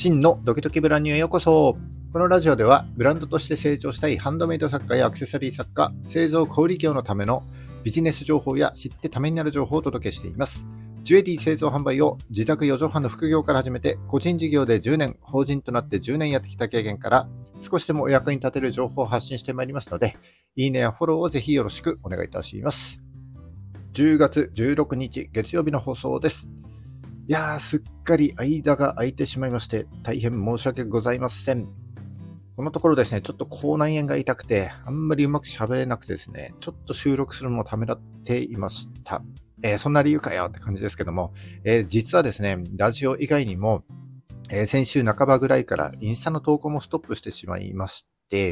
真のドキドキブランニューへようこそ。このラジオではブランドとして成長したいハンドメイド作家やアクセサリー作家、製造小売業のためのビジネス情報や知ってためになる情報をお届けしています。ジュエリー製造販売を自宅4畳半の副業から始めて、個人事業で10年、法人となって10年やってきた経験から、少しでもお役に立てる情報を発信してまいりますので、いいねやフォローをぜひよろしくお願いいたします。10月16日月曜日の放送です。いやー、すっかり間が空いてしまいまして、大変申し訳ございません。このところですね、ちょっと口内炎が痛くて、あんまりうまく喋れなくてですね、ちょっと収録するのをためらっていました。そんな理由かよって感じですけども、実はですね、ラジオ以外にも、先週半ばぐらいからインスタの投稿もストップしてしまいまして、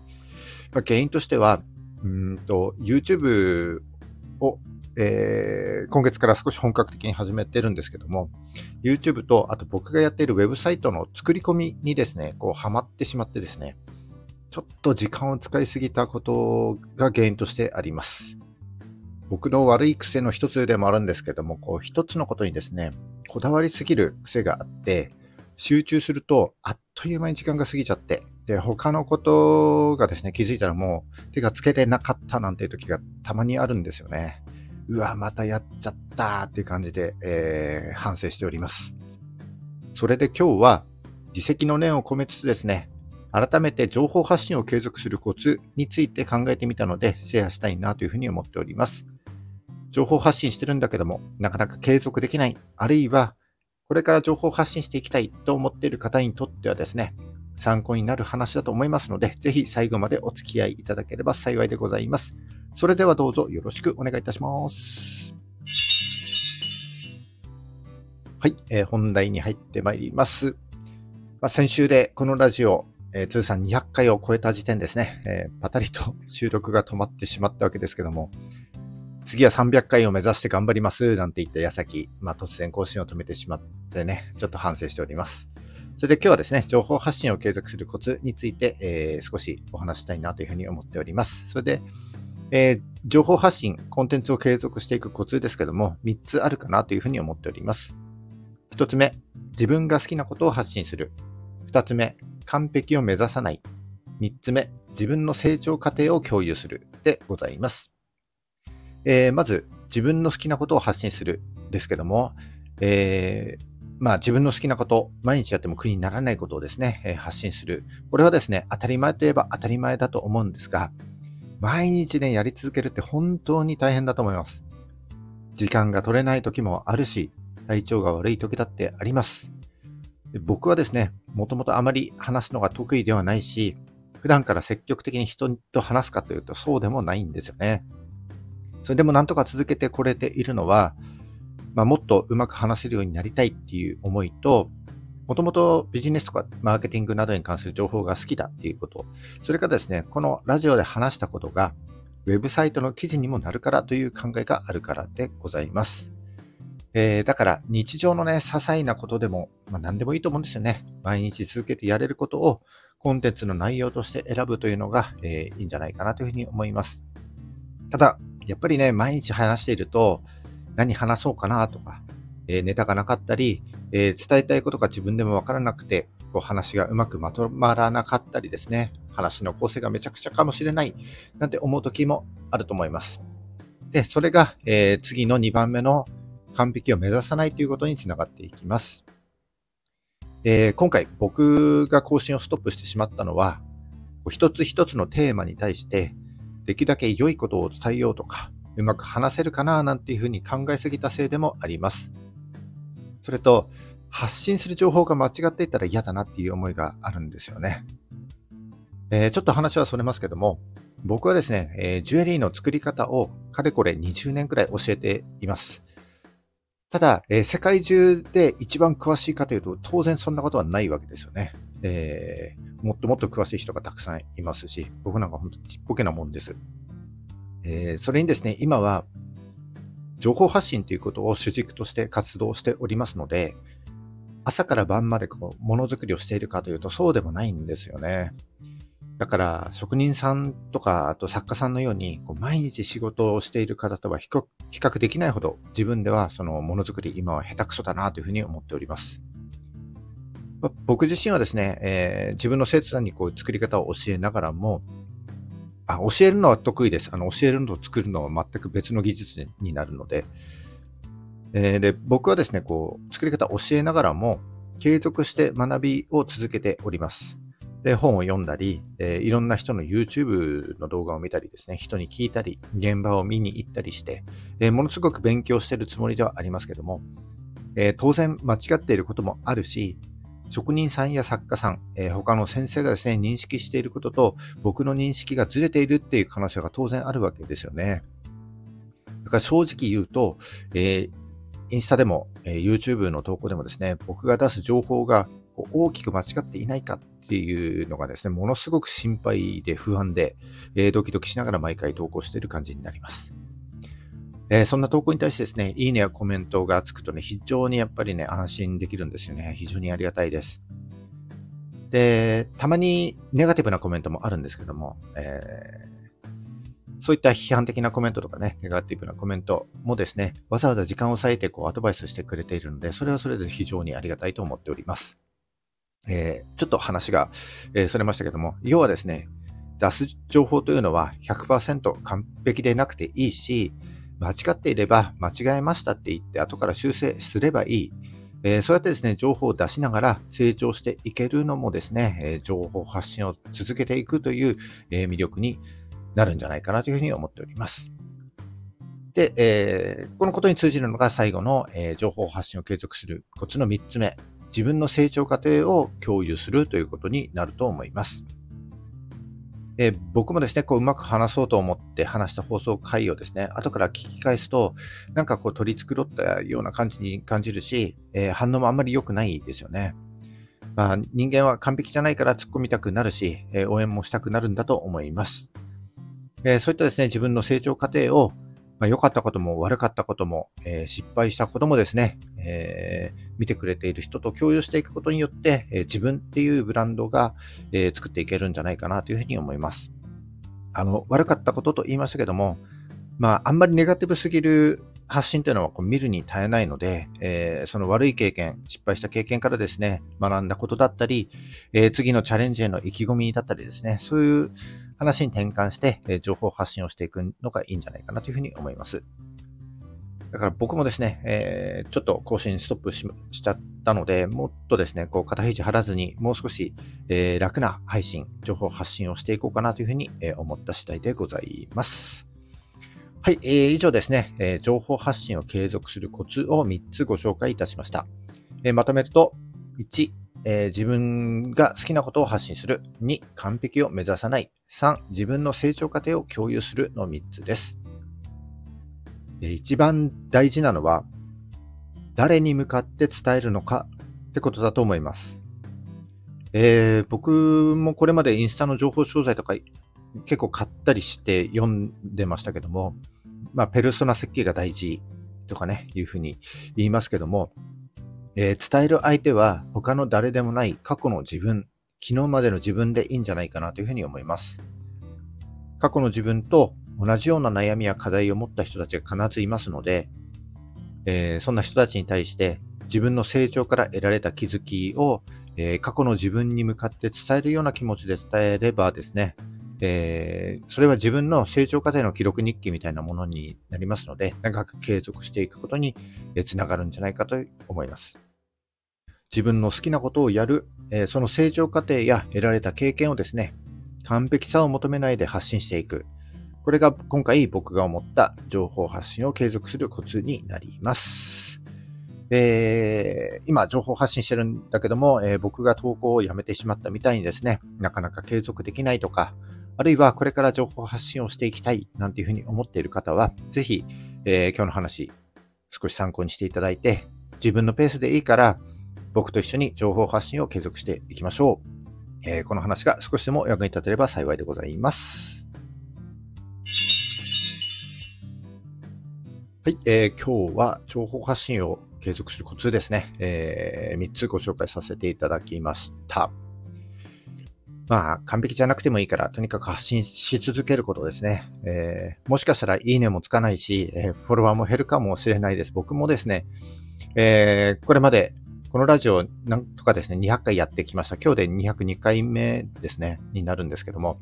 原因としては、YouTube を今月から少し本格的に始めてるんですけども、YouTube とあと僕がやっているウェブサイトの作り込みにですね、ハマってしまってですね、ちょっと時間を使いすぎたことが原因としてあります。僕の悪い癖の一つでもあるんですけども、一つのことにですね、こだわりすぎる癖があって、集中するとあっという間に時間が過ぎちゃって、で、他のことがですね、気づいたらもう手がつけれなかったなんていう時がたまにあるんですよね。うわ、またやっちゃったっていう感じで、反省しております。それで今日は自責の念を込めつつですね、改めて情報発信を継続するコツについて考えてみたのでシェアしたいなというふうに思っております。情報発信してるんだけども、なかなか継続できない、あるいはこれから情報発信していきたいと思っている方にとってはですね、参考になる話だと思いますので、ぜひ最後までお付き合いいただければ幸いでございます。それではどうぞよろしくお願いいたします。はい、本題に入ってまいります。先週でこのラジオ、通算200回を超えた時点ですね、パタリと収録が止まってしまったわけですけども、次は300回を目指して頑張りますなんて言った矢先、突然更新を止めてしまってね、ちょっと反省しております。それで今日はですね、情報発信を継続するコツについて、少しお話したいなというふうに思っております。それで、情報発信、コンテンツを継続していくコツですけども、3つあるかなというふうに思っております。1つ目、自分が好きなことを発信する。2つ目、完璧を目指さない。3つ目、自分の成長過程を共有するでございます。まず、自分の好きなことを発信するですけども、自分の好きなこと、毎日やっても苦にならないことをですね、発信する。これはですね、当たり前といえば当たり前だと思うんですが、毎日ね、やり続けるって本当に大変だと思います。時間が取れない時もあるし、体調が悪い時だってあります。僕はですね、もともとあまり話すのが得意ではないし、普段から積極的に人と話すかというとそうでもないんですよね。それでもなんとか続けてこれているのは、もっとうまく話せるようになりたいっていう思いと、もともとビジネスとかマーケティングなどに関する情報が好きだっていうこと、それからですね、このラジオで話したことが、ウェブサイトの記事にもなるからという考えがあるからでございます。だから日常のね、些細なことでも、何でもいいと思うんですよね。毎日続けてやれることをコンテンツの内容として選ぶというのが、いいんじゃないかなというふうに思います。ただ、やっぱりね、毎日話していると、何話そうかなとか、ネタがなかったり、伝えたいことが自分でもわからなくて、話がうまくまとまらなかったりですね、話の構成がめちゃくちゃかもしれない、なんて思う時もあると思います。で、それが、次の2番目の完璧を目指さないということにつながっていきます。今回僕が更新をストップしてしまったのは、一つ一つのテーマに対して、できるだけ良いことを伝えようとか、うまく話せるかななんていうふうに考えすぎたせいでもあります。それと、発信する情報が間違っていたら嫌だなっていう思いがあるんですよね。ちょっと話はそれますけども、僕はですね、ジュエリーの作り方をかれこれ20年くらい教えています。ただ、世界中で一番詳しいかというと、当然そんなことはないわけですよね。もっともっと詳しい人がたくさんいますし、僕なんか本当ちっぽけなもんです。それにですね、今は情報発信ということを主軸として活動しておりますので、朝から晩までものづくりをしているかというとそうでもないんですよね。だから職人さんとかあと作家さんのように毎日仕事をしている方とは比較できないほど自分ではそのものづくり今は下手くそだなというふうに思っております。 僕自身はですね、自分の生徒さんにこう作り方を教えながらも、教えるのは得意です。教えるのと作るのは全く別の技術になるので、で、僕はですね、こう、作り方を教えながらも、継続して学びを続けております。で、本を読んだり、いろんな人の YouTube の動画を見たりですね、人に聞いたり、現場を見に行ったりして、ものすごく勉強しているつもりではありますけども、当然間違っていることもあるし、職人さんや作家さん、他の先生がですね、認識していることと僕の認識がずれているっていう可能性が当然あるわけですよね。だから正直言うと、インスタでも、YouTube の投稿でもですね、僕が出す情報が大きく間違っていないかっていうのがですね、ものすごく心配で不安で、ドキドキしながら毎回投稿している感じになります。そんな投稿に対してですね、いいねやコメントがつくとね、非常にやっぱりね、安心できるんですよね。非常にありがたいです。で、たまにネガティブなコメントもあるんですけども、そういった批判的なコメントとかね、ネガティブなコメントもですね、わざわざ時間を割いてアドバイスしてくれているので、それはそれで非常にありがたいと思っております。ちょっと話が、それましたけども、要はですね、出す情報というのは 100% 完璧でなくていいし、間違っていれば間違えましたって言って後から修正すればいい。そうやってですね、情報を出しながら成長していけるのもですね、情報発信を続けていくという、魅力になるんじゃないかなというふうに思っております。で、このことに通じるのが最後の、情報発信を継続するコツの3つ目。自分の成長過程を共有するということになると思います。僕もですね、うまく話そうと思って話した放送回をですね、後から聞き返すと、なんか取り繕ったような感じに感じるし、反応もあんまり良くないですよね。人間は完璧じゃないから突っ込みたくなるし、応援もしたくなるんだと思います。そういったですね、自分の成長過程を、良かったことも悪かったことも、失敗したこともですね、見てくれている人と共有していくことによって、自分っていうブランドが、作っていけるんじゃないかなというふうに思います。悪かったことと言いましたけども、あんまりネガティブすぎる発信というのは見るに耐えないので、その悪い経験、失敗した経験からですね、学んだことだったり、次のチャレンジへの意気込みだったりですね、そういう話に転換して、情報発信をしていくのがいいんじゃないかなというふうに思います。だから僕もですね、ちょっと更新ストップしちゃったので、もっとですね、肩肘張らずに、もう少し、楽な配信、情報発信をしていこうかなというふうに、思った次第でございます。はい、以上ですね、情報発信を継続するコツを3つご紹介いたしました。まとめると、1、自分が好きなことを発信する。2、完璧を目指さない。3、自分の成長過程を共有するの3つです。一番大事なのは、誰に向かって伝えるのかってことだと思います。僕もこれまでインスタの情報商材とか結構買ったりして読んでましたけども、ペルソナ設計が大事とかね、いうふうに言いますけども、伝える相手は他の誰でもない過去の自分、昨日までの自分でいいんじゃないかなというふうに思います。過去の自分と同じような悩みや課題を持った人たちが必ずいますので、そんな人たちに対して自分の成長から得られた気づきを、過去の自分に向かって伝えるような気持ちで伝えればですね、それは自分の成長過程の記録日記みたいなものになりますので、長く継続していくことにつながるんじゃないかと思います。自分の好きなことをやる、その成長過程や得られた経験をですね、完璧さを求めないで発信していく。これが今回僕が思った情報発信を継続するコツになります。今情報発信してるんだけども、僕が投稿をやめてしまったみたいにですね、なかなか継続できないとか、あるいはこれから情報発信をしていきたいなんていうふうに思っている方は、ぜひ、今日の話少し参考にしていただいて、自分のペースでいいから僕と一緒に情報発信を継続していきましょう。この話が少しでも役に立てれば幸いでございます。はい、今日は情報発信を継続するコツですね、3つご紹介させていただきました。完璧じゃなくてもいいから、とにかく発信し続けることですね。もしかしたらいいねもつかないし、フォロワーも減るかもしれないです。僕もですね、これまでこのラジオなんとかですね、200回やってきました。今日で202回目ですね、になるんですけども、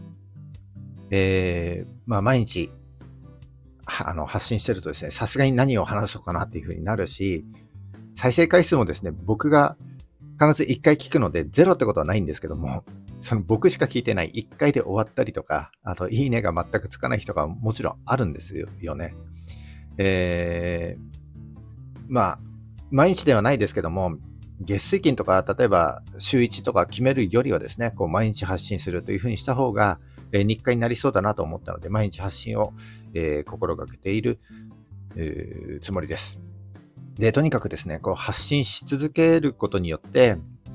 毎日発信してるとですね、さすがに何を話そうかなっていう風になるし、再生回数もですね、僕が必ず1回聞くのでゼロってことはないんですけども、その僕しか聞いてない1回で終わったりとか、あといいねが全くつかない人がもちろんあるんですよね。毎日ではないですけども、月水金とか、例えば週1とか決めるよりはですね、毎日発信するというふうにした方が、日課になりそうだなと思ったので、毎日発信を、心がけている、つもりです。で、とにかくですね、発信し続けることによって、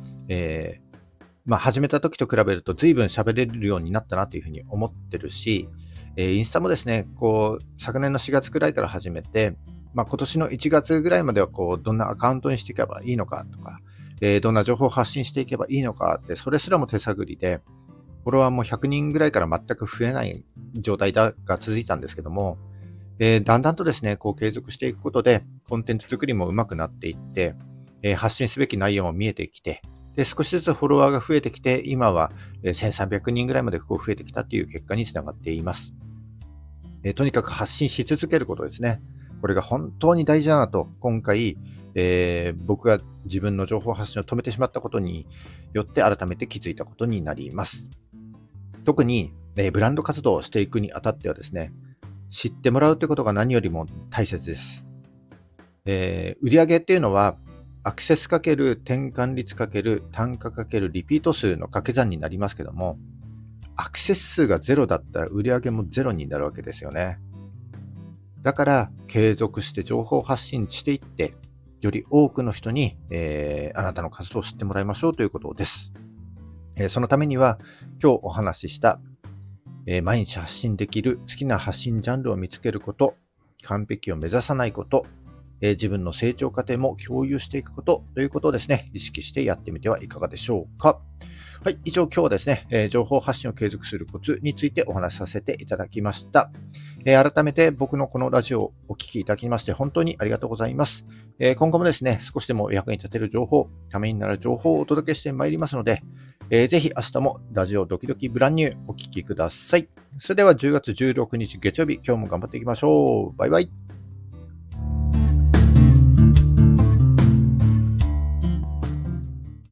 始めた時と比べると随分喋れるようになったなというふうに思ってるし、インスタもですね、昨年の4月くらいから始めて、今年の1月ぐらいまではどんなアカウントにしていけばいいのかとか、どんな情報を発信していけばいいのかって、それすらも手探りで、フォロワーも100人ぐらいから全く増えない状態が続いたんですけども、だんだんとですね、継続していくことで、コンテンツ作りも上手くなっていって、発信すべき内容も見えてきて、で、少しずつフォロワーが増えてきて、今は1300人ぐらいまで増えてきたという結果につながっています。とにかく発信し続けることですね。これが本当に大事だなと、今回、僕が自分の情報発信を止めてしまったことによって改めて気づいたことになります。特に、ブランド活動をしていくにあたってはですね、知ってもらうということが何よりも大切です。売上っていうのは、アクセスかける転換率かける単価かけるリピート数の掛け算になりますけども、アクセス数がゼロだったら売上もゼロになるわけですよね。だから継続して情報発信していって、より多くの人に、あなたの活動を知ってもらいましょうということです。そのためには今日お話しした、毎日発信できる好きな発信ジャンルを見つけること、完璧を目指さないこと、自分の成長過程も共有していくことということをですね、意識してやってみてはいかがでしょうか。はい、以上今日はですね、情報発信を継続するコツについてお話しさせていただきました。改めて僕のこのラジオをお聞きいただきまして本当にありがとうございます。今後もですね、少しでも役に立てる情報、ためになる情報をお届けしてまいりますので、ぜひ明日もラジオドキドキブランニューお聞きください。それでは10月16日月曜日、今日も頑張っていきましょう。バイバイ。